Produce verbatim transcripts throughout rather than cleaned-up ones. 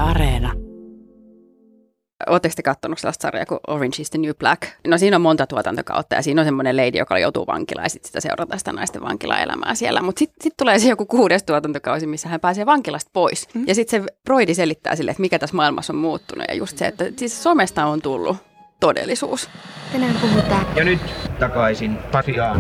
Areena. Oletteko te kattonut sellaista sarjaa kuin Orange is the New Black? No siinä on monta tuotantokautta ja siinä on semmoinen lady, joka joutuu vankilaan ja sitten sitä seurataan sitä naisten vankilaelämää siellä. Mutta sitten sit tulee se joku kuudes tuotantokausi, missä hän pääsee vankilasta pois. Mm. Ja sitten se Broidi selittää sille, että mikä tässä maailmassa on muuttunut. Ja just se, että siis somesta on tullut todellisuus. Tänään puhutaan. Ja nyt takaisin Pasiaan.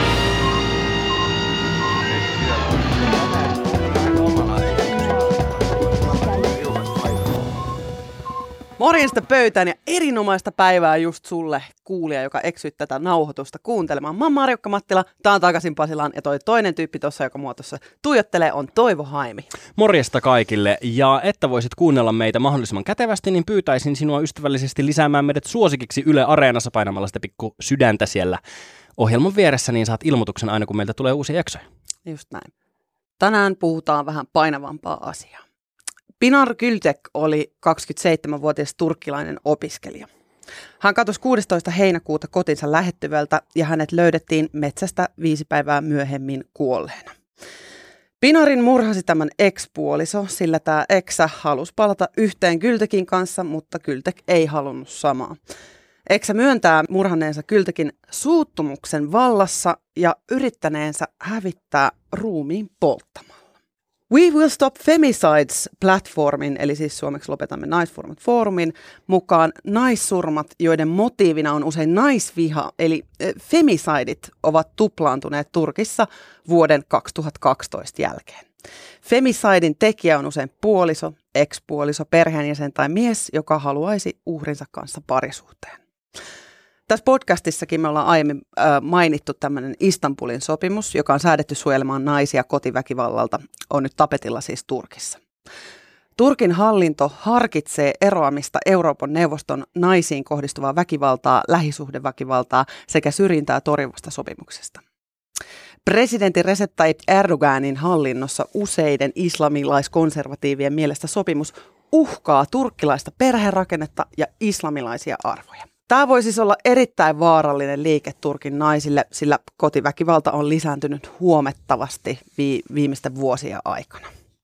Morjesta pöytään ja erinomaista päivää just sulle, kuulija, joka eksyt tätä nauhoitusta kuuntelemaan. Mä oon Marjukka Mattila, tää on Takaisin Pasilaan ja toi toinen tyyppi tuossa, joka mua tuossa tuijottelee, on Toivo Haimi. Morjesta kaikille, ja että voisit kuunnella meitä mahdollisimman kätevästi, niin pyytäisin sinua ystävällisesti lisäämään meidät suosikiksi Yle Areenassa painamalla sitä pikku sydäntä siellä ohjelman vieressä, niin saat ilmoituksen aina kun meiltä tulee uusia jaksoja. Just näin. Tänään puhutaan vähän painavampaa asiaa. Pinar Gültek oli kaksikymmentäseitsemänvuotias turkkilainen opiskelija. Hän katosi kuudestoista heinäkuuta kotinsa lähettyvältä ja hänet löydettiin metsästä viisi päivää myöhemmin kuolleena. Pinarin murhasi tämän ex-puoliso, sillä tämä eksä halusi palata yhteen Gültekin kanssa, mutta Gültek ei halunnut samaa. Eksä myöntää murhanneensa Gültekin suuttumuksen vallassa ja yrittäneensä hävittää ruumiin polttamalla. We Will Stop Femicides-platformin, eli siis suomeksi lopetamme naissurmat foorumin, mukaan naissurmat, joiden motiivina on usein naisviha, eli femicidit, ovat tuplaantuneet Turkissa vuoden kaksituhattakaksitoista jälkeen. Femicidin tekijä on usein puoliso, ex-puoliso, perheenjäsen tai mies, joka haluaisi uhrinsa kanssa parisuhteen. Tässä podcastissakin me ollaan aiemmin äh, mainittu tämmöinen Istanbulin sopimus, joka on säädetty suojelemaan naisia kotiväkivallalta, on nyt tapetilla siis Turkissa. Turkin hallinto harkitsee eroamista Euroopan neuvoston naisiin kohdistuvaa väkivaltaa, lähisuhdeväkivaltaa sekä syrjintää torjuvasta sopimuksesta. Presidentti Recep Tayyip Erdoganin hallinnossa useiden islamilais-konservatiivien mielestä sopimus uhkaa turkkilaista perherakennetta ja islamilaisia arvoja. Tämä voi siis olla erittäin vaarallinen liike Turkin naisille, sillä kotiväkivalta on lisääntynyt huomattavasti vi- viimeisten vuosien aikana.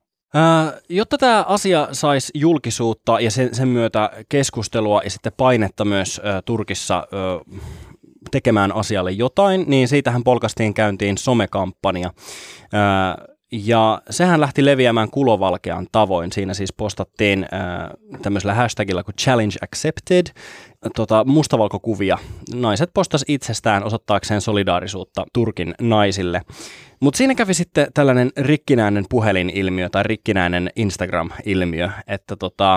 Ää, jotta tämä asia saisi julkisuutta ja sen, sen myötä keskustelua ja sitten painetta myös ä, Turkissa ä, tekemään asialle jotain, niin siitähän polkastiin käyntiin somekampanja. Ää, Ja sehän lähti leviämään kulovalkean tavoin. Siinä siis postattiin äh, tämmöisellä hashtagilla kuin challenge accepted tota, mustavalkokuvia. Naiset postas itsestään osoittaakseen solidaarisuutta Turkin naisille. Mutta siinä kävi sitten tällainen rikkinäinen puhelinilmiö tai rikkinäinen Instagram-ilmiö, että tota,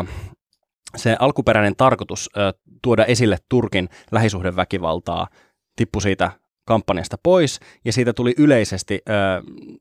se alkuperäinen tarkoitus äh, tuoda esille Turkin lähisuhdeväkivaltaa tippui siitä kampanjasta pois ja siitä tuli yleisesti äh,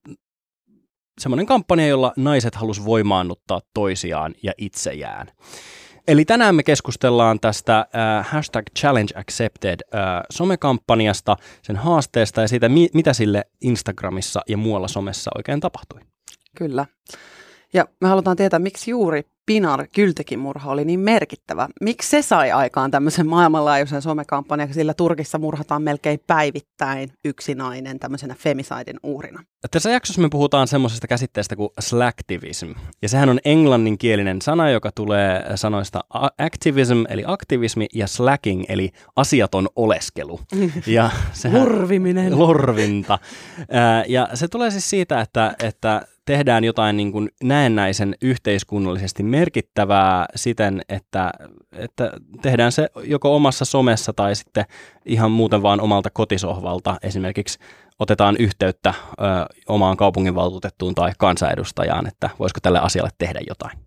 semmoinen kampanja, jolla naiset halusi voimaannuttaa toisiaan ja itseään. Eli tänään me keskustellaan tästä äh, hashtag challenge accepted äh, somekampanjasta, sen haasteesta ja siitä, mi- mitä sille Instagramissa ja muualla somessa oikein tapahtui. Kyllä. Ja me halutaan tietää, miksi juuri Pinar Gültekin murha oli niin merkittävä. Miksi se sai aikaan tämmöisen maailmanlaajuisen somekampanjan, sillä Turkissa murhataan melkein päivittäin yksi nainen tämmöisenä femicidin uhrina. Tässä jaksossa me puhutaan semmoisesta käsitteestä kuin slacktivism. Ja sehän on englanninkielinen sana, joka tulee sanoista activism eli aktivismi ja slacking eli asiaton oleskelu. Ja sehän, Lorviminen. Lorvinta. Ja se tulee siis siitä, että, että tehdään jotain niin kuin näennäisen yhteiskunnallisesti merkittävää siten, että, että tehdään se joko omassa somessa tai sitten ihan muuten vaan omalta kotisohvalta. Esimerkiksi otetaan yhteyttä ö, omaan kaupunginvaltuutettuun tai kansanedustajaan, että voisiko tälle asialle tehdä jotain.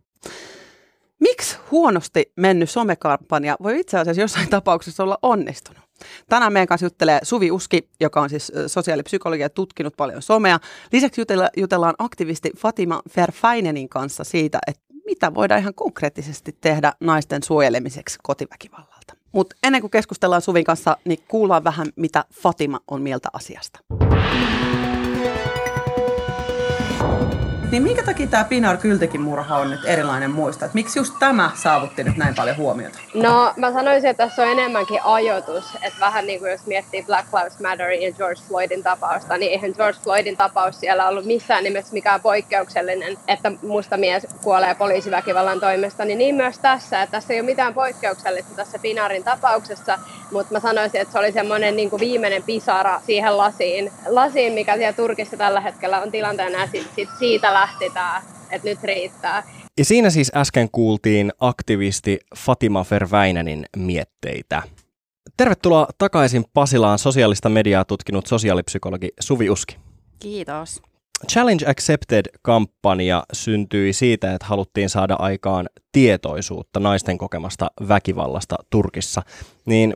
Miksi huonosti mennyt somekampanja voi itse asiassa jossain tapauksessa olla onnistunut? Tänään meidän kanssa juttelee Suvi Uski, joka on siis sosiaalipsykologi ja tutkinut paljon somea. Lisäksi jutellaan aktivisti Fatima Ferfainenin kanssa siitä, että mitä voidaan ihan konkreettisesti tehdä naisten suojelemiseksi kotiväkivallalta. Mutta ennen kuin keskustellaan Suvin kanssa, niin kuullaan vähän, mitä Fatima on mieltä asiasta. Niin minkä takia tämä Pinar Gültekin murha on nyt erilainen muista? Et miksi just tämä saavutti nyt näin paljon huomiota? No mä sanoisin, että tässä on enemmänkin ajoitus. Että vähän niin kuin jos miettii Black Lives Matter ja George Floydin tapausta, niin eihän George Floydin tapaus siellä ollut missään nimessä mikään poikkeuksellinen, että musta mies kuolee poliisiväkivallan toimesta. Niin, niin myös tässä, että tässä ei ole mitään poikkeuksellista tässä Pinarin tapauksessa, mutta mä sanoisin, että se oli semmoinen niin kuin viimeinen pisara siihen lasiin, lasiin, mikä siellä Turkissa tällä hetkellä on tilanteena, ja sit, sit siitä lähti tämä, että nyt riittää. Ja siinä siis äsken kuultiin aktivisti Fatima Ferväinänin mietteitä. Tervetuloa takaisin Pasilaan sosiaalista mediaa tutkinut sosiaalipsykologi Suvi Uski. Kiitos. Challenge Accepted-kampanja syntyi siitä, että haluttiin saada aikaan tietoisuutta naisten kokemasta väkivallasta Turkissa. Niin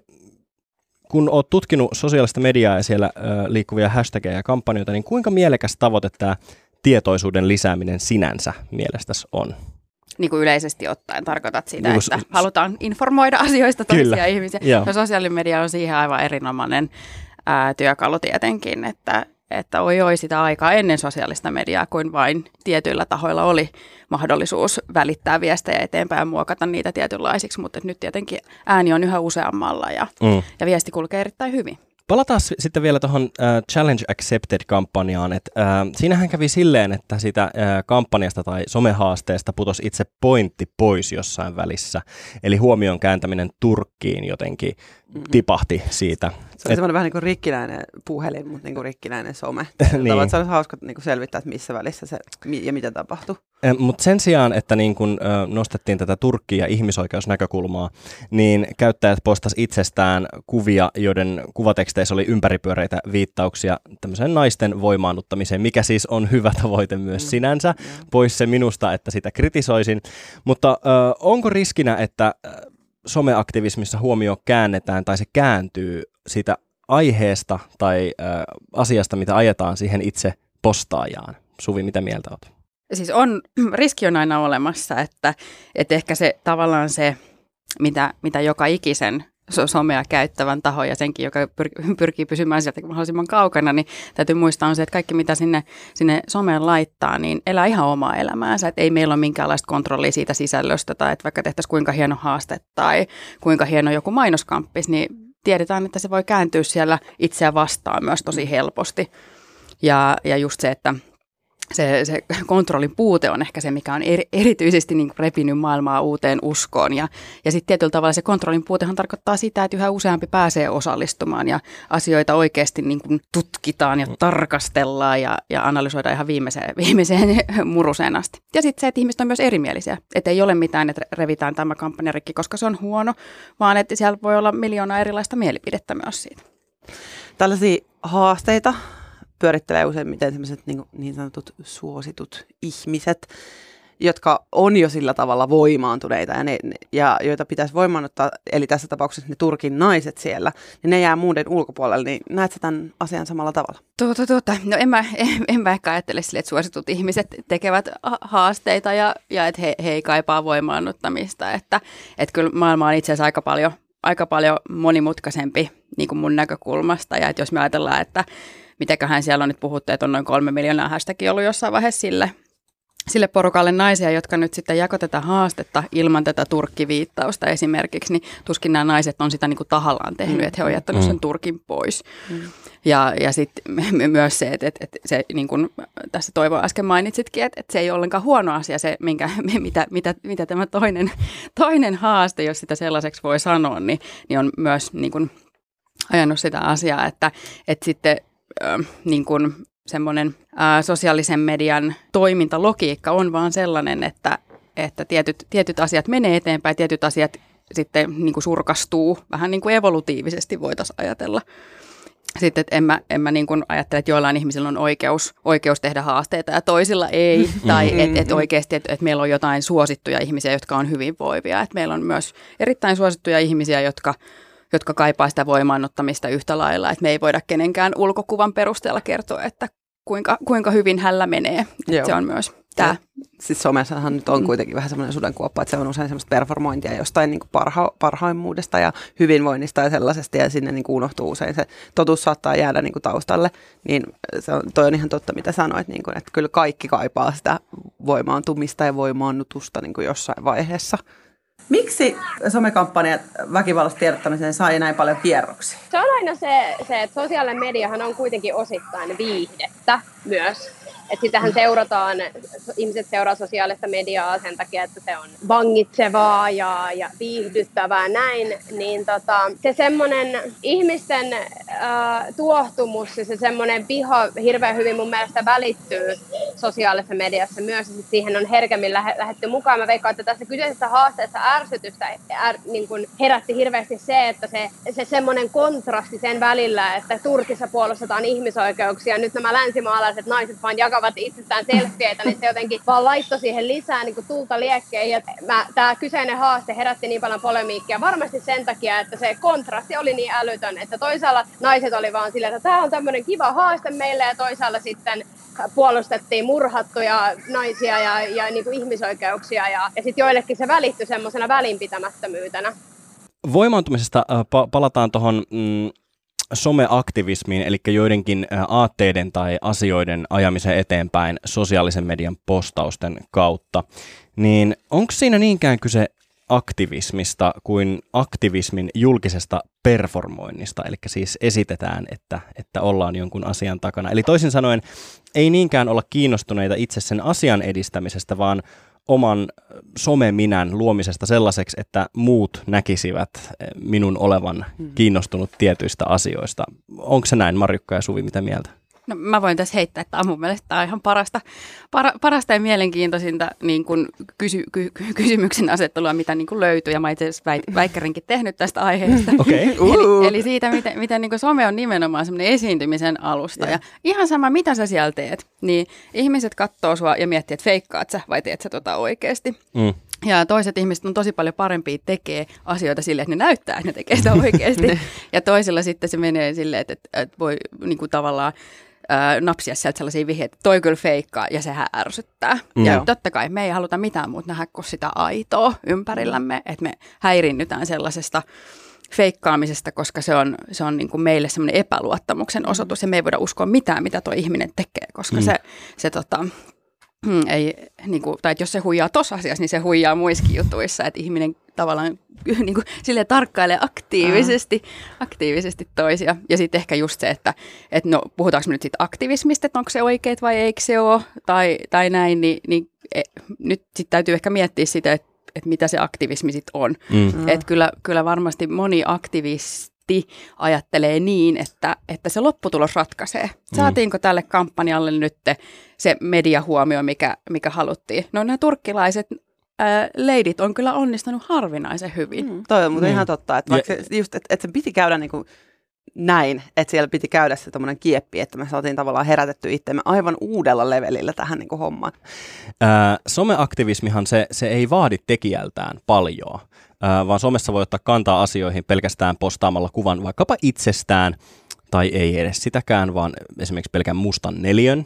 kun olet tutkinut sosiaalista mediaa ja siellä ö, liikkuvia hashtageja ja kampanjoita, niin kuinka mielekäs tavoite tämä tietoisuuden lisääminen sinänsä mielestäsi on? Niin kuin yleisesti ottaen tarkoitat sitä, niin että s- halutaan informoida asioista toisia Kyllä. ihmisiä. No, sosiaalinen media on siihen aivan erinomainen ää, työkalu tietenkin, että, että oi oi sitä aikaa ennen sosiaalista mediaa, kuin vain tietyillä tahoilla oli mahdollisuus välittää viestejä eteenpäin ja muokata niitä tietynlaisiksi, mutta nyt tietenkin ääni on yhä useammalla ja, mm. ja viesti kulkee erittäin hyvin. Palataan sitten vielä tuohon äh, Challenge Accepted-kampanjaan. Et, äh, siinähän kävi silleen, että sitä äh, kampanjasta tai somehaasteesta putosi itse pointti pois jossain välissä. Eli huomion kääntäminen Turkkiin jotenkin tipahti siitä. Se oli semmoinen vähän niin kuin rikkinäinen puhelin, mutta niin kuin rikkinäinen some. Niin. Se olisi hauska niin kuin selvittää, että missä välissä se ja mitä tapahtui. Mutta sen sijaan, että niin kun, ö, nostettiin tätä Turkkia ja ihmisoikeusnäkökulmaa, niin käyttäjät postasi itsestään kuvia, joiden kuvateksteissä oli ympäripyöreitä viittauksia tämmöiseen naisten voimaannuttamiseen, mikä siis on hyvä tavoite myös mm. sinänsä. Mm. Pois se minusta, että sitä kritisoisin. Mutta ö, onko riskinä, että someaktivismissa huomio käännetään tai se kääntyy siitä aiheesta tai ö, asiasta, mitä ajetaan siihen itse postaajaan? Suvi, mitä mieltä olet? Siis on, riski on aina olemassa, että, että ehkä se tavallaan se, mitä, mitä joka ikisen somea käyttävän taho ja senkin, joka pyr- pyrkii pysymään sieltä mahdollisimman kaukana, niin täytyy muistaa on se, että kaikki mitä sinne, sinne someen laittaa, niin elää ihan omaa elämäänsä. Että ei meillä ole minkäänlaista kontrollia siitä sisällöstä tai että vaikka tehtäisiin kuinka hieno haaste tai kuinka hieno joku mainoskamppis, niin tiedetään, että se voi kääntyä siellä itseä vastaan myös tosi helposti. Ja, ja just se, että Se, se kontrollin puute on ehkä se, mikä on eri, erityisesti niin kuin repinyt maailmaa uuteen uskoon. Ja, ja sitten tietyllä tavalla se kontrollin puutehan tarkoittaa sitä, että yhä useampi pääsee osallistumaan ja asioita oikeasti niin kuin tutkitaan ja tarkastellaan ja, ja analysoidaan ihan viimeiseen, viimeiseen muruseen asti. Ja sitten se, että ihmiset on myös erimielisiä. Että ei ole mitään, että revitään tämä kampanja rikki, koska se on huono, vaan että siellä voi olla miljoonaa erilaista mielipidettä myös siitä. Tällaisia haasteita pyörittelee useimmiten sellaiset niin, niin sanotut suositut ihmiset, jotka on jo sillä tavalla voimaantuneita ja, ne, ja joita pitäisi voimaannuttaa, eli tässä tapauksessa ne Turkin naiset siellä, niin ne jää muuden ulkopuolelle, niin näetkö tämän asian samalla tavalla? Tuota, tuota. No en mä, en, en mä ehkä ajattele sille, että suositut ihmiset tekevät haasteita ja, ja että he, he ei kaipaa voimaannuttamista, että, että kyllä maailma on itse asiassa aika paljon, aika paljon monimutkaisempi niin kuin mun näkökulmasta ja että jos me ajatellaan, että mitäköhän siellä on nyt puhuttu, että on noin kolme miljoonaa hashtagia ollut jossain vaiheessa sille, sille porukalle naisia, jotka nyt sitten jakoi tätä haastetta ilman tätä turkkiviittausta esimerkiksi, niin tuskin nämä naiset on sitä niin kuin tahallaan tehnyt, mm. että he on jättänyt sen Turkin pois. Mm. Ja, ja sitten myös se, että, että, että se, niin kuin tässä Toivo äsken mainitsitkin, että, että se ei ole ollenkaan huono asia se, minkä, mitä, mitä, mitä tämä toinen, toinen haaste, jos sitä sellaiseksi voi sanoa, niin, niin on myös niin kuin ajanut sitä asiaa, että, että sitten Äh, niin kuin semmoinen äh, sosiaalisen median toimintalogiikka on vaan sellainen, että, että tietyt, tietyt asiat menee eteenpäin, tietyt asiat sitten niin kuin surkastuu, vähän niin kuin evolutiivisesti voitaisiin ajatella. Sitten, että en mä, en mä niin kuin ajattele, että joillain ihmisillä on oikeus, oikeus tehdä haasteita ja toisilla ei, tai että et oikeasti, että et meillä on jotain suosittuja ihmisiä, jotka on hyvinvoivia, että meillä on myös erittäin suosittuja ihmisiä, jotka jotka kaipaa sitä voimaannuttamista yhtä lailla, että me ei voida kenenkään ulkokuvan perusteella kertoa, että kuinka, kuinka hyvin hällä menee. Se on myös Tää. Siis somessahan nyt on kuitenkin vähän semmoinen sudenkuoppa, että se on usein semmoista performointia jostain niin kuin parha, parhaimmuudesta ja hyvinvoinnista ja sellaisesta, ja sinne niin kuin unohtuu usein se totuus saattaa jäädä niin kuin taustalle. Niin se on, toi on ihan totta, mitä sanoit, niin kuin, että kyllä kaikki kaipaa sitä voimaantumista ja voimaannutusta niin kuin jossain vaiheessa. Miksi somekampanjat väkivallasta tiedottamiseen sai näin paljon kierroksia? Se on aina se, se, että sosiaalinen mediahan on kuitenkin osittain viihdettä myös. Että sitähän seurataan, ihmiset seuraa sosiaalista mediaa sen takia, että se on vangitsevaa ja, ja viihdyttävää näin, niin tota, se semmoinen ihmisten äh, tuohtumus ja se semmoinen viha hirveän hyvin mun mielestä välittyy sosiaalisessa mediassa myös, ja siihen on herkemmin lähe, lähdetty mukaan. Mä veikkaan, että tässä kyseisessä haasteessa ärsytystä är, niin kuin herätti hirveästi se, että se, se semmoinen kontrasti sen välillä, että Turkissa puolustetaan ihmisoikeuksia, nyt nämä länsimaalaiset naiset vaan jakavat itsestään selfieitä, niin se jotenkin vaan laittoi siihen lisää niin kuin tulta liekkeihin. Ja tämä kyseinen haaste herätti niin paljon polemiikkia varmasti sen takia, että se kontrasti oli niin älytön, että toisaalla naiset oli vaan silleen, että tämä on tämmöinen kiva haaste meille, ja toisaalla sitten puolustettiin murhattuja naisia ja, ja niin kuin ihmisoikeuksia, ja, ja sitten joillekin se välittyi semmoisena välinpitämättömyytenä. Voimaantumisesta äh, pa- palataan tuohon mm, someaktivismiin, eli joidenkin aatteiden tai asioiden ajamisen eteenpäin sosiaalisen median postausten kautta. Niin onko siinä niinkään kyse aktivismista kuin aktivismin julkisesta performoinnista, eli siis esitetään, että, että ollaan jonkun asian takana. Eli toisin sanoen ei niinkään olla kiinnostuneita itse sen asian edistämisestä, vaan oman someminän luomisesta sellaiseksi, että muut näkisivät minun olevan kiinnostunut tietyistä asioista. Onko se näin, Marjukka ja Suvi, mitä mieltä? No, mä voin tässä heittää, että on mun mielestä tämä on ihan parasta, para, parasta ja mielenkiintoisinta niin kuin kysy, ky, kysymyksen asettelua, mitä niin kuin löytyy. Ja mä itse asiassa väit, väikkärinkin tehnyt tästä aiheesta. Okay. eli, eli siitä, miten, miten niin kuin some on nimenomaan semmoinen esiintymisen alusta. Yeah. Ja ihan sama, mitä sä siellä teet, niin ihmiset katsoo sua ja miettii, että feikkaat sä vai teet sä tota oikeasti. Mm. Ja toiset ihmiset on tosi paljon parempia tekee asioita silleen, että ne näyttää, että ne tekee sitä oikeasti. Ja toisilla sitten se menee silleen, että, että voi niin kuin tavallaan ää, napsia sieltä sellaisia vihjeitä, että toi kyllä feikkaa ja sehän ärsyttää. Mm. Ja totta kai me ei haluta mitään muuta nähdä kuin sitä aitoa ympärillämme, että me häirinnytään sellaisesta feikkaamisesta, koska se on, se on niin kuin meille semmoinen epäluottamuksen osoitus ja me ei voida uskoa mitään, mitä tuo ihminen tekee, koska mm. se, se tota... Hmm, ei, niin kuin, tai että jos se huijaa tuossa asiassa, niin se huijaa muissakin jutuissa, että ihminen tavallaan niin kuin, silleen tarkkailee aktiivisesti, aktiivisesti toisia. Ja sitten ehkä just se, että, että no, puhutaanko me nyt siitä aktivismista, että onko se oikeet vai eikö se ole, tai, tai näin, niin, niin e, nyt sitten täytyy ehkä miettiä sitä, että, että mitä se aktivismi sitten on. Mm. Että kyllä, kyllä varmasti moni aktivisti ajattelee niin, että, että se lopputulos ratkaisee. Saatiinko tälle kampanjalle nyt se mediahuomio, mikä, mikä haluttiin? No nämä turkkilaiset ää, leidit on kyllä onnistunut harvinaisen hyvin. Mm. Toi on muuten mm. ihan totta, että vaikka se, just, että, että se piti käydä niin kuin näin, että siellä piti käydä se tommoinen kieppi, että me saatiin tavallaan herätetty itsemme aivan uudella levelillä tähän niin kuin hommaan. Ää, someaktivismihan se, se ei vaadi tekijältään paljon, ää, vaan somessa voi ottaa kantaa asioihin pelkästään postaamalla kuvan vaikkapa itsestään, tai ei edes sitäkään, vaan esimerkiksi pelkän mustan neliön.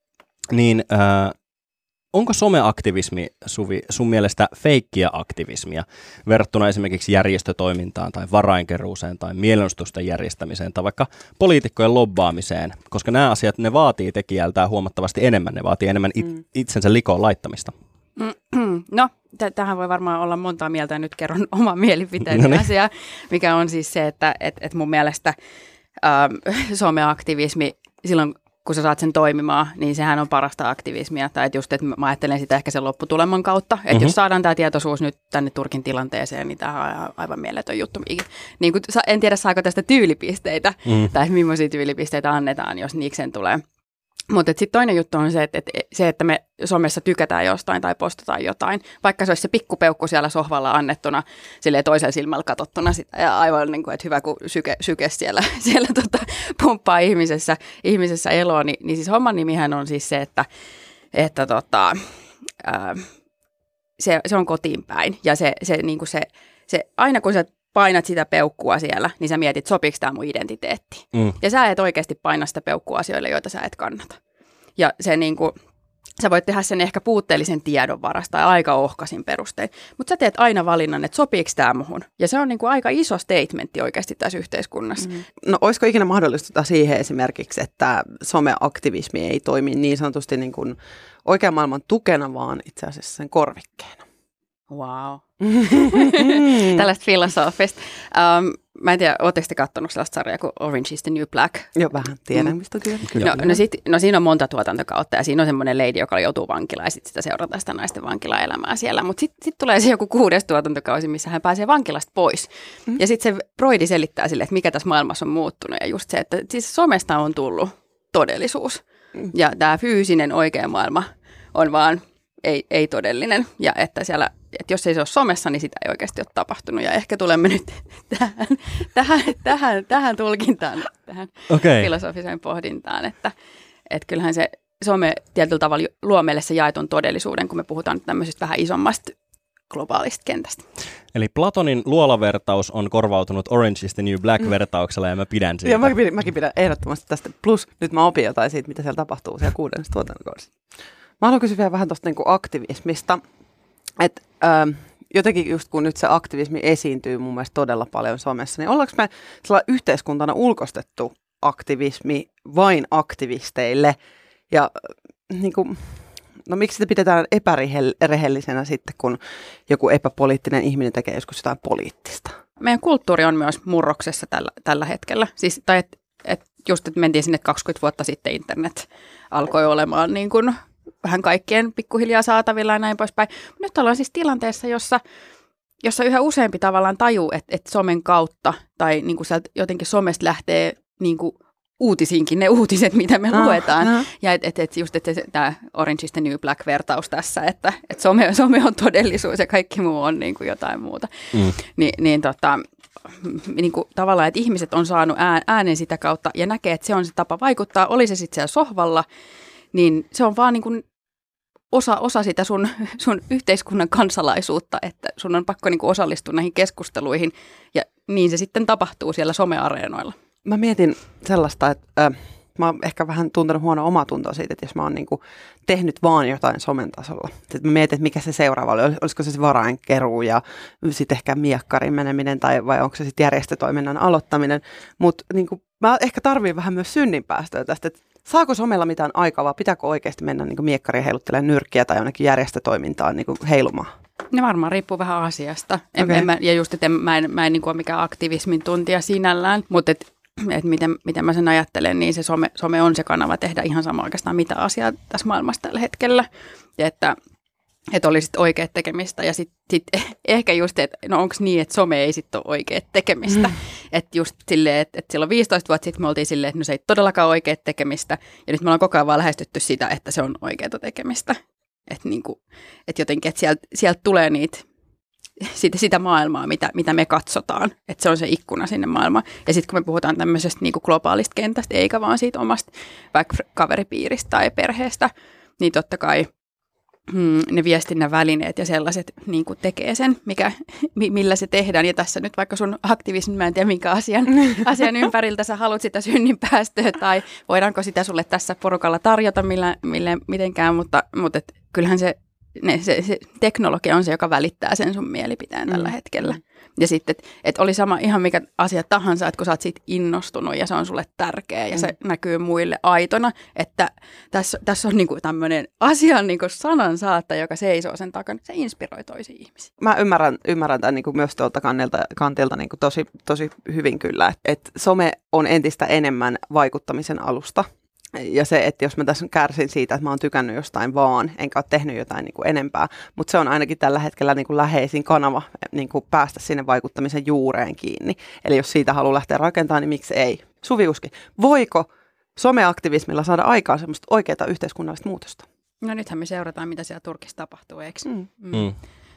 Niin ää, onko someaktivismi, Suvi, sun mielestä feikkiä aktivismia verrattuna esimerkiksi järjestötoimintaan tai varainkeruuseen tai mielenostusten järjestämiseen tai vaikka poliitikkojen lobbaamiseen, koska nämä asiat, ne vaatii tekijältään huomattavasti enemmän, ne vaatii enemmän it- mm. itsensä likoon laittamista. No, t- tähän voi varmaan olla montaa mieltä ja nyt kerron oman mielipiteeni no asiaa, mikä on siis se, että et, et mun mielestä ähm, someaktivismi silloin, kun sä saat sen toimimaan, niin sehän on parasta aktivismia. Tai että just, että mä ajattelen sitä ehkä sen lopputuleman kautta. Että mm-hmm. jos saadaan tämä tietoisuus nyt tänne Turkin tilanteeseen, niin tämä on aivan mieletön juttu. Niin kuin, en tiedä, saako tästä tyylipisteitä, mm. tai millaisia tyylipisteitä annetaan, jos niikseen tulee. Mutta sitten toinen juttu on se että, että se, että me somessa tykätään jostain tai postataan jotain, vaikka se olisi se pikkupeukku siellä sohvalla annettuna, silleen toisella silmällä katsottuna sitä, ja aivan niin kuin, että hyvä kun syke, syke siellä, siellä tota, pumppaa ihmisessä, ihmisessä eloa, niin, niin siis homman nimihän on siis se, että, että tota, ää, se, se on kotiin päin, ja se, se, niin kuin se, se aina kun sä painat sitä peukkua siellä, niin sä mietit, sopiiko tämä mun identiteetti. Mm. Ja sä et oikeasti paina sitä peukkua asioille, joita sä et kannata. Ja se niin kuin, sä voit tehdä sen ehkä puutteellisen tiedon varasta tai aika ohkaisin perustein, mutta sä teet aina valinnan, että sopiiko tämä muhun. Ja se on niin kuin aika iso statementti oikeasti tässä yhteiskunnassa. Mm. No olisiko ikinä mahdollista siihen esimerkiksi, että someaktivismi ei toimi niin sanotusti niin kuin oikean maailman tukena, vaan itse asiassa sen korvikkeena? Wow. Tällaista filosofista. Um, mä en tiedä, ootteko te katsonut sellaista sarjaa kuin Orange is the New Black? Joo, vähän tiedän, mistä kyllä. kyllä. No, no, sit, no siinä on monta tuotantokautta ja siinä on semmoinen lady, joka joutuu vankilaan ja sitten sitä seurataan sitä naisten vankilaelämää siellä. Mutta sitten sit tulee se joku kuudes tuotantokausi, missä hän pääsee vankilasta pois. Mm. Ja sitten se Broidi selittää sille, että mikä tässä maailmassa on muuttunut. Ja just se, että siis somesta on tullut todellisuus. Mm. Ja tämä fyysinen oikea maailma on vaan ei, ei todellinen. Ja että siellä... Että jos ei se ole somessa, niin sitä ei oikeasti ole tapahtunut. Ja ehkä tulemme nyt tähän, tähän, tähän, tähän tulkintaan, tähän okay. filosofiseen pohdintaan, että, että kyllähän se some tietyllä tavalla luo meille se jaetun todellisuuden, kun me puhutaan tämmöisestä vähän isommasta globaalista kentästä. Eli Platonin luolavertaus on korvautunut Orange is the New Black-vertauksella ja mä pidän siitä. Joo, mäkin pidän, mäkin pidän ehdottomasti tästä. Plus nyt mä opin jotain siitä, mitä siellä tapahtuu siellä kuudennessa tuotantokaudessa. Mä haluan kysyä vielä vähän tuosta niin kuin aktivismista. Että ähm, jotenkin just kun nyt se aktivismi esiintyy mun mielestä todella paljon somessa, niin ollaanko me sellainen yhteiskuntana ulkostettu aktivismi vain aktivisteille? Ja niin kuin, no miksi sitä pidetään epärehellisenä sitten, kun joku epäpoliittinen ihminen tekee joskus jotain poliittista? Meidän kulttuuri on myös murroksessa tällä, tällä hetkellä. Siis, tai et, et just, että mentiin sinne kaksikymmentä vuotta sitten internet alkoi olemaan niin kuin vähän kaikkien pikkuhiljaa saatavilla ja näin poispäin. Nyt ollaan siis tilanteessa, jossa, jossa yhä useampi tavallaan tajuu, että, että somen kautta tai niin kuin sieltä jotenkin somesta lähtee niin kuin uutisiinkin ne uutiset, mitä me ah, luetaan. Ah. Ja että et, et just että tämä Orange is the New Black-vertaus tässä, että et some, some on todellisuus ja kaikki muu on niin kuin jotain muuta. Mm. Ni, niin tota, niin kuin tavallaan, että ihmiset on saanut äänen sitä kautta ja näkee, että se on se tapa vaikuttaa. Oli se sitten siellä sohvalla, niin se on vaan niin kuin osa, osa sitä sun, sun yhteiskunnan kansalaisuutta, että sun on pakko niin kuin osallistua näihin keskusteluihin ja niin se sitten tapahtuu siellä someareenoilla. Mä mietin sellaista, että äh, mä oon ehkä vähän tuntenut huonoa omatuntoa siitä, että jos mä oon niin kuin tehnyt vaan jotain somen tasolla. Sitten mä mietin, että mikä se seuraava oli. Olisiko se se varainkeruu ja sitten ehkä miekkarin meneminen tai vai onko se sitten järjestötoiminnan aloittaminen. Mutta niin mä ehkä tarviin vähän myös synninpäästöä tästä, että saako somella mitään aikaa vai pitääkö oikeasti mennä niin miekkarin heiluttelemaan nyrkkiä tai jonnekin järjestötoimintaan niin heilumaan? Ne varmaan riippuu vähän asiasta. En, okay. en mä, ja just, että en, mä en, mä en niin ole mikään aktivismin tuntija sinällään, mutta et, et miten, miten mä sen ajattelen, niin se some, some on se kanava tehdä ihan sama oikeastaan mitä asiaa tässä maailmassa tällä hetkellä. Ja että että olisi oikeat tekemistä ja sitten sit ehkä just, että no onko niin, että some ei sitten ole oikeat tekemistä. Mm. Että just silleen, että et silloin viisitoista vuotta sitten me oltiin silleen, että no se ei todellakaan oikeat tekemistä. Ja nyt me ollaan koko ajan vaan lähestytty sitä, että se on oikeaa tekemistä. Että niinku, et jotenkin, että sieltä sielt tulee niitä, sitä, sitä maailmaa, mitä, mitä me katsotaan. Että se on se ikkuna sinne maailmaan. Ja sitten kun me puhutaan tämmöisestä niinku globaalista kentästä, eikä vaan siitä omasta vaikka kaveripiiristä tai perheestä, niin totta kai Hmm, ne viestinnän välineet ja sellaiset niin kuin tekee sen, mikä, millä se tehdään. Ja tässä nyt vaikka sun aktivismi, mä en tiedä minkä asian, asian ympäriltä sä haluat sitä synninpäästöä tai voidaanko sitä sulle tässä porukalla tarjota millä, millä, mitenkään, mutta, mutta et, kyllähän se, ne, se, se teknologia on se, joka välittää sen sun mielipiteen tällä mm. hetkellä. Ja sitten, että et oli sama ihan mikä asia tahansa, että kun sä oot siitä innostunut ja se on sulle tärkeä ja mm. se näkyy muille aitona, että tässä, tässä on niinku tämmöinen asian niinku sanansaattaja, joka seisoo sen takana, se inspiroi toisia ihmisiä. Mä ymmärrän, ymmärrän tämän niinku myös tuolta kannelta, kantilta niinku tosi, tosi hyvin kyllä, että et some on entistä enemmän vaikuttamisen alusta. Ja se, että jos mä tässä kärsin siitä, että mä oon tykännyt jostain vaan, enkä ole tehnyt jotain niin kuin enempää, mutta se on ainakin tällä hetkellä niin kuin läheisin kanava niin kuin päästä sinne vaikuttamisen juureen kiinni. Eli jos siitä haluaa lähteä rakentamaan, niin miksi ei? Suvi Uski, voiko someaktivismilla saada aikaan semmoista oikeaa yhteiskunnallista muutosta? No nythän me seurataan, mitä siellä Turkissa tapahtuu, eikö? Mm. Mm. Mm.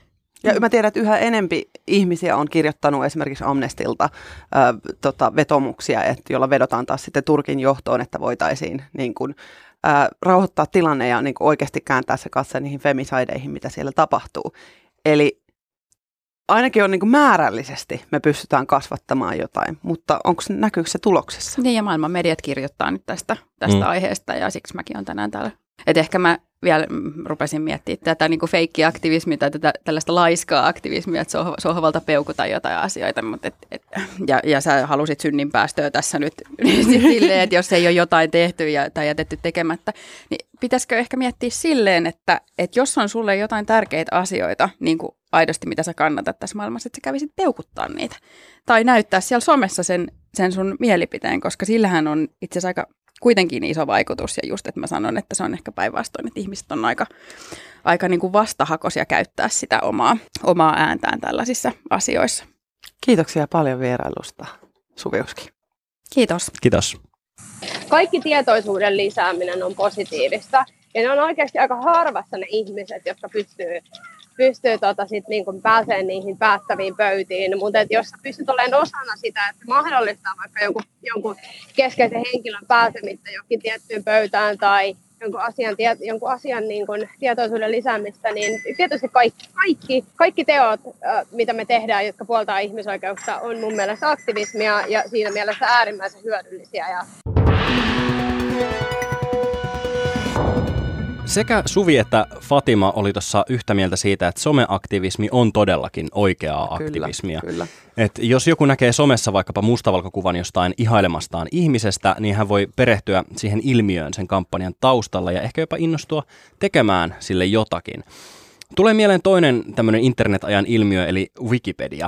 Ja mä tiedän, että yhä enempi ihmisiä on kirjoittanut esimerkiksi Amnestilta äh, tota, vetomuksia, että jolla vedotaan taas sitten Turkin johtoon, että voitaisiin niin kuin, äh, rauhoittaa tilanne ja niin kuin oikeasti kääntää se katse niihin femicideihin, mitä siellä tapahtuu. Eli ainakin on niin kuin määrällisesti me pystytään kasvattamaan jotain, mutta onko näkyykö se tuloksessa? Niin ja maailman mediat kirjoittaa nyt tästä, tästä mm. aiheesta ja siksi mäkin olen tänään täällä. Et ehkä mä vielä rupesin miettimään tätä niin kuin feikkiaktivismia tai tätä, tällaista laiskaa aktivismia, että soh- sohvalta peukutaan jotain asioita, mutta et, et, ja, ja sä halusit synninpäästöä tässä nyt silleen, että jos ei ole jotain tehty ja, tai jätetty tekemättä, niin pitäisikö ehkä miettiä silleen, että, että jos on sulle jotain tärkeitä asioita, niin kuin aidosti mitä sä kannatat tässä maailmassa, että sä kävisit peukuttaa niitä tai näyttää siellä somessa sen, sen sun mielipiteen, koska sillähän on itse asiassa aika kuitenkin iso vaikutus ja just, että mä sanon, että se on ehkä päinvastoin, että ihmiset on aika, aika niin kuin vastahakoisia käyttää sitä omaa, omaa ääntään tällaisissa asioissa. Kiitoksia paljon vierailusta, Suviuski. Kiitos. Kiitos. Kaikki tietoisuuden lisääminen on positiivista ja ne on oikeasti aika harvassa ne ihmiset, jotka pystyy pystyy tota sit niinku pääsee niihin päättäviin pöytiin, mutta et jos sä pystyt olemaan osana sitä, että mahdollistaa vaikka jonkun, jonkun keskeisen henkilön pääsemistä johonkin tiettyyn pöytään tai jonkun asian, tie, jonkun asian niinku tietoisuuden lisäämistä, niin tietysti kaikki, kaikki, kaikki teot, äh, mitä me tehdään, jotka puoltaa ihmisoikeuksia, on mun mielestä aktivismia ja siinä mielessä äärimmäisen hyödyllisiä. Ja Sekä Suvi että Fatima oli tuossa yhtä mieltä siitä, että someaktivismi on todellakin oikeaa kyllä, aktivismia. Kyllä. Et jos joku näkee somessa vaikkapa mustavalkokuvan jostain ihailemastaan ihmisestä, niin hän voi perehtyä siihen ilmiöön sen kampanjan taustalla ja ehkä jopa innostua tekemään sille jotakin. Tulee mieleen toinen tämmöinen internetajan ilmiö, eli Wikipedia.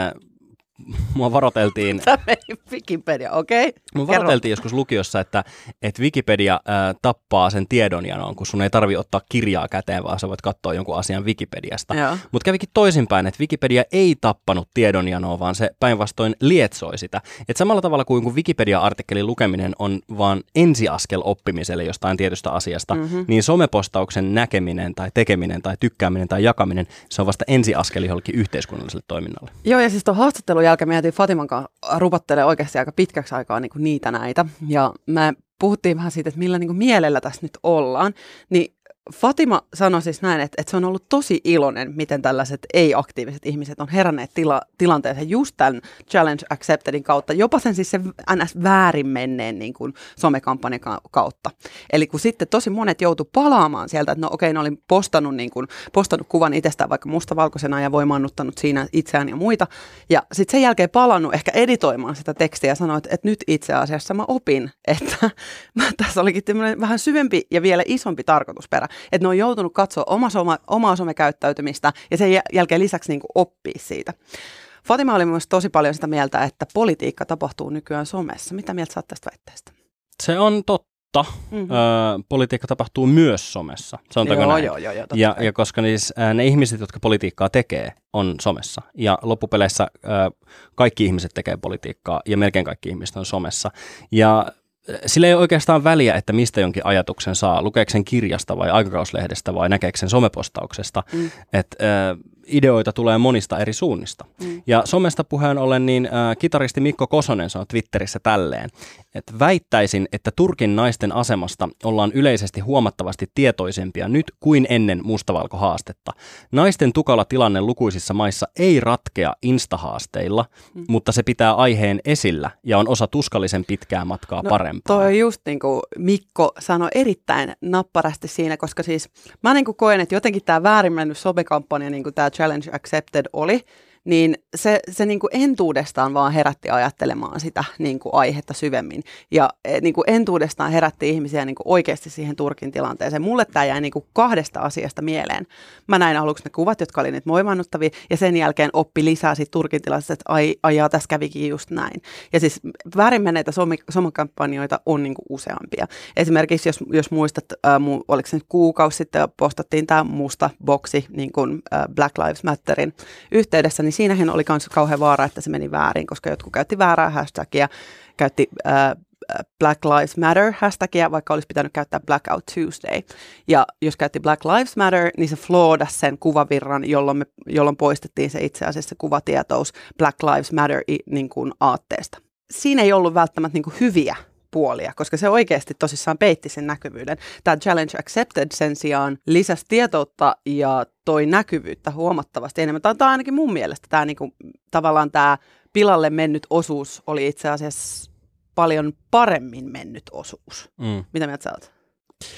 Mua varoteltiin, Tämä meni Wikipedia, okei. Okay. Mua varoteltiin joskus lukiossa, että, että Wikipedia ää, tappaa sen tiedonjanon, kun sun ei tarvitse ottaa kirjaa käteen, vaan sä voit katsoa jonkun asian Wikipediasta. Mutta kävikin toisinpäin, että Wikipedia ei tappanut tiedonjanoa, vaan se päinvastoin lietsoi sitä. Et samalla tavalla kuin kun Wikipedia-artikkelin lukeminen on vaan ensiaskel oppimiselle jostain tietystä asiasta, mm-hmm. niin somepostauksen näkeminen tai tekeminen tai tykkääminen tai jakaminen, se on vasta ensiaskel jollekin yhteiskunnalliselle toiminnalle. Joo, ja siis tuon haastattelun jälkeen me jätiin Fatiman kanssa rupattelemaan oikeasti aika pitkäksi aikaa niin kuin niitä näitä. Ja me puhuttiin vähän siitä, että millä niin kuin mielellä tässä nyt ollaan. Niin Fatima sanoi siis näin, että, että se on ollut tosi iloinen, miten tällaiset ei-aktiiviset ihmiset on heränneet tila, tilanteeseen just tämän Challenge Acceptedin kautta, jopa sen siis se N S väärin menneen niin kuin somekampanjan kautta. Eli kun sitten tosi monet joutu palaamaan sieltä, että no okei, ne oli postannut, niin kuin, postannut kuvan itsestään vaikka mustavalkoisena ja voimaannuttanut siinä itseään ja muita, ja sitten sen jälkeen palannut ehkä editoimaan sitä tekstiä ja sanoi, että, että nyt itse asiassa mä opin, että tässä olikin tämmöinen vähän syvempi ja vielä isompi tarkoitusperä. Että ne on joutunut katsoa oma soma, omaa somekäyttäytymistä ja sen jälkeen lisäksi niin kuin oppia siitä. Fatima oli myös tosi paljon sitä mieltä, että politiikka tapahtuu nykyään somessa. Mitä mieltä sä oot tästä väitteestä? Se on totta. Mm-hmm. Ö, politiikka tapahtuu myös somessa. Se on joo, joo, joo, joo, ja, ja koska niis, ä, ne ihmiset, jotka politiikkaa tekee, on somessa. Ja loppupeleissä ä, kaikki ihmiset tekee politiikkaa ja melkein kaikki ihmiset on somessa. Ja sillä ei ole oikeastaan väliä, että mistä jonkin ajatuksen saa, lukeeko sen kirjasta vai aikakauslehdestä vai näkeekö sen somepostauksesta. Mm. Että äh, ideoita tulee monista eri suunnista. Mm. Ja somesta puheen ollen, niin äh, kitaristi Mikko Kosonen sanoi Twitterissä tälleen, että väittäisin, että Turkin naisten asemasta ollaan yleisesti huomattavasti tietoisempia nyt kuin ennen mustavalkohaastetta. Naisten tukala tilanne lukuisissa maissa ei ratkea instahaasteilla, mm. mutta se pitää aiheen esillä ja on osa tuskallisen pitkää matkaa no, parempaa. Toi on just niin kuin Mikko sanoi erittäin napparasti siinä, koska siis mä niin kuin koen, että jotenkin tämä väärin mennyt somekampanja, niin kuin tämä Challenge Accepted oli, niin se, se niin kuin entuudestaan vaan herätti ajattelemaan sitä niin kuin aihetta syvemmin. Ja niin kuin entuudestaan herätti ihmisiä niin kuin oikeasti siihen Turkin tilanteeseen. Mulle tämä jäi niin kuin kahdesta asiasta mieleen. Mä näin aluksi ne kuvat, jotka oli niitä voimannuttavia, ja sen jälkeen oppi lisää siitä Turkin tilanteesta, että ai, ai jaa, tässä kävikin just näin. Ja siis väärin menneitä somekampanjoita on niin kuin useampia. Esimerkiksi jos, jos muistat, äh, mu, oliko se nyt kuukausi sitten, postattiin tämä musta boksi niin kuin, äh, Black Lives Matterin yhteydessä, niin siinähän oli myös kauhean vaara, että se meni väärin, koska jotkut käytti väärää hashtagia, käytti äh, Black Lives Matter hashtagia, vaikka olisi pitänyt käyttää Blackout Tuesday. Ja jos käytti Black Lives Matter, niin se floodasi sen kuvavirran, jolloin, me, jolloin poistettiin se itse asiassa kuvatietous Black Lives Matter niin kuin aatteesta. Siinä ei ollut välttämättä niin kuin hyviä puolia, koska se oikeasti tosissaan peitti sen näkyvyyden. Tämä Challenge Accepted sen sijaan lisäsi tietoutta ja toi näkyvyyttä huomattavasti enemmän. Tämä on ainakin mun mielestä tämä niinku, tavallaan tämä pilalle mennyt osuus oli itse asiassa paljon paremmin mennyt osuus. Mm. Mitä mieltä sä oot?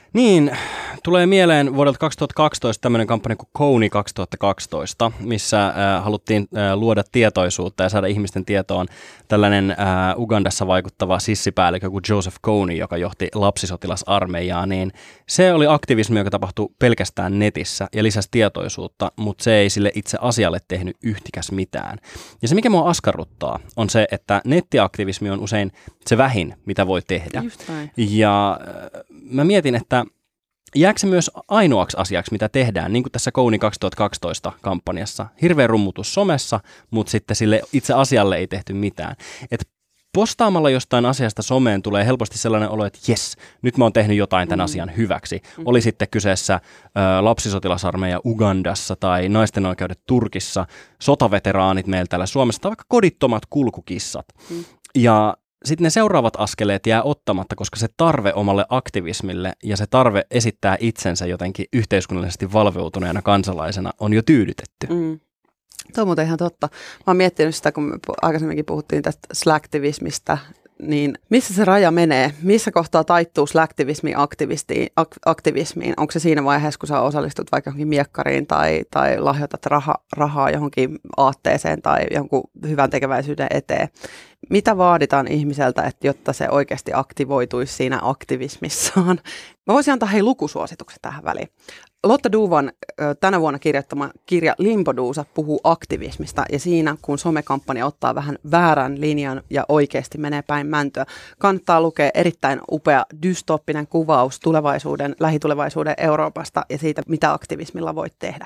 Niin, tulee mieleen vuodelta kaksituhattakaksitoista tämmöinen kampanja kuin Kony kaksituhattakaksitoista, missä äh, haluttiin äh, luoda tietoisuutta ja saada ihmisten tietoon tällainen äh, Ugandassa vaikuttava sissipäällikkö kuin Joseph Kony, joka johti lapsisotilasarmeijaa, niin se oli aktivismi, joka tapahtui pelkästään netissä ja lisäsi tietoisuutta, mutta se ei sille itse asialle tehnyt yhtikäs mitään. Ja se, mikä mua askarruttaa, on se, että nettiaktivismi on usein se vähin, mitä voi tehdä. Ja äh, mä mietin, että jääkö se myös ainoaksi asiaksi, mitä tehdään, niin kuin tässä Kony kaksituhattakaksitoista kampanjassa. Hirveä rummutus somessa, mutta sitten sille itse asialle ei tehty mitään. Et postaamalla jostain asiasta someen tulee helposti sellainen olo, että jes, nyt mä oon tehnyt jotain tämän mm. asian hyväksi. Mm. Oli sitten kyseessä ö, lapsisotilasarmeija Ugandassa tai naisten oikeudet Turkissa, sotaveteraanit meillä täällä Suomessa tai vaikka kodittomat kulkukissat. Mm. Ja sitten ne seuraavat askeleet jää ottamatta, koska se tarve omalle aktivismille ja se tarve esittää itsensä jotenkin yhteiskunnallisesti valveutuneena kansalaisena on jo tyydytetty. Mm. Tuo on muuten ihan totta. Mä oon miettinyt sitä, kun me aikaisemminkin puhuttiin tästä slacktivismista, niin missä se raja menee? Missä kohtaa taittuu slacktivismi ak- aktivismiin? Onko se siinä vaiheessa, kun sä osallistut vaikka johonkin miekkariin tai, tai lahjoitat raha, rahaa johonkin aatteeseen tai jonkun hyvän tekeväisyyden eteen? Mitä vaaditaan ihmiseltä, että jotta se oikeasti aktivoituisi siinä aktivismissaan? Mä voisin antaa hei lukusuositukset tähän väliin. Lotta Duvan tänä vuonna kirjoittama kirja Limpoduusa puhuu aktivismista ja siinä, kun somekampanja ottaa vähän väärän linjan ja oikeasti menee päin mäntyä, kannattaa lukea erittäin upea dystooppinen kuvaus tulevaisuuden, lähitulevaisuuden Euroopasta ja siitä, mitä aktivismilla voit tehdä.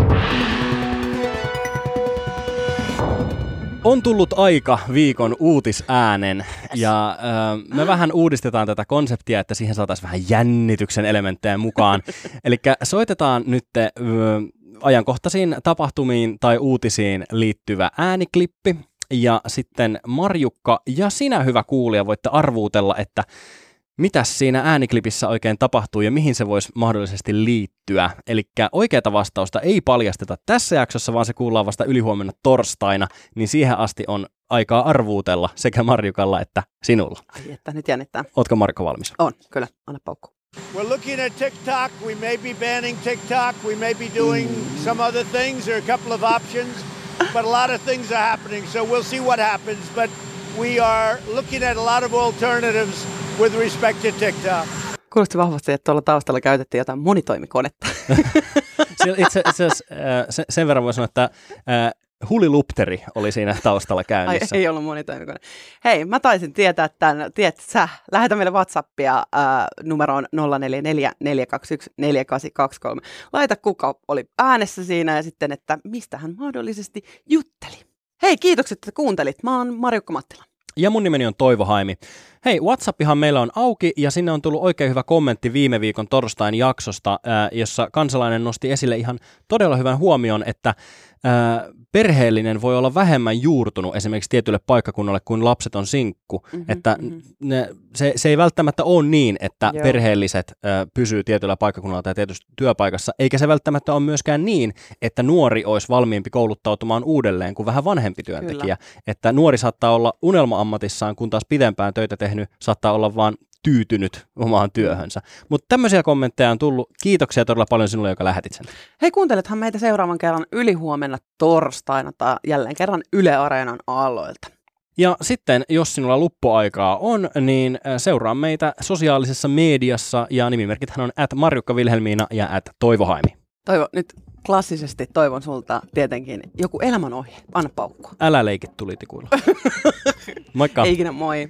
On tullut aika viikon uutisäänen ja äh, me vähän uudistetaan tätä konseptia, että siihen saataisiin vähän jännityksen elementtejä mukaan. Eli soitetaan nyt äh, ajankohtaisiin tapahtumiin tai uutisiin liittyvä ääniklippi ja sitten Marjukka ja sinä hyvä kuulija voitte arvuutella, että mitäs siinä ääniklipissä oikein tapahtuu ja mihin se voisi mahdollisesti liittyä. Eli oikeata vastausta ei paljasteta tässä jaksossa, vaan se kuullaan vasta ylihuomenna torstaina, niin siihen asti on aikaa arvuutella sekä Marjukalla että sinulla. Ai että, nyt jännittää. Ootko Marko valmis? On, kyllä. Anna paukku. We're looking at TikTok. We may be banning TikTok. We may be doing some other things. There are a couple of options, but a lot of things are happening. So we'll see what happens. But we are looking at a lot of alternatives with respect to TikTok. Kuulosti vahvasti, että tuolla taustalla käytettiin jotain monitoimikonetta. Itse asiassa sen verran voi sanoa, että hulilupteri oli siinä taustalla käynnissä. Ai, ei ollut monitoimikone. Hei, mä taisin tietää tämän. Tiedät sä, lähetä meille WhatsAppia äh, numeroon nolla neljä neljä neljä kaksi yksi neljä kahdeksan kaksi kolme. Laita kuka oli äänessä siinä ja sitten, että mistä hän mahdollisesti jutteli. Hei, kiitokset, että kuuntelit. Mä oon Marjukka Mattila. Ja mun nimeni on Toivo Haimi. Hei, WhatsAppihan meillä on auki ja sinne on tullut oikein hyvä kommentti viime viikon torstain jaksosta, ää, jossa kansalainen nosti esille ihan todella hyvän huomion, että ää, perheellinen voi olla vähemmän juurtunut esimerkiksi tietylle paikkakunnalle kuin lapseton sinkku. Mm-hmm, että mm-hmm. Ne, se, se ei välttämättä ole niin, että Joo. perheelliset ää, pysyy tietyllä paikkakunnalla tai tietyssä työpaikassa, eikä se välttämättä ole myöskään niin, että nuori olisi valmiimpi kouluttautumaan uudelleen kuin vähän vanhempi työntekijä. Kyllä. Että nuori saattaa olla unelma-ammatissaan, kun taas pidempään töitä tehnyt, saattaa olla vaan tyytynyt omaan työhönsä. Mutta tämmöisiä kommentteja on tullut. Kiitoksia todella paljon sinulle, joka lähetit sen. Hei, kuuntelethan meitä seuraavan kerran ylihuomenna torstaina tai jälleen kerran Yle Areenan aalloilta. Ja sitten, jos sinulla luppuaikaa on, niin seuraa meitä sosiaalisessa mediassa ja nimimerkithän on at Marjukka Vilhelmiina ja at Toivo Haimi. Toivo, nyt klassisesti toivon sulta tietenkin joku elämänohje. Anna paukkua. Älä leikit tulitikuilla. Moikka. Ei ikinä, moi.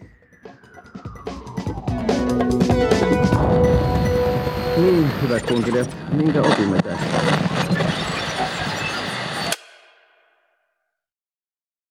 Niin, hyvät kuuntelijat, minkä opimme tästä?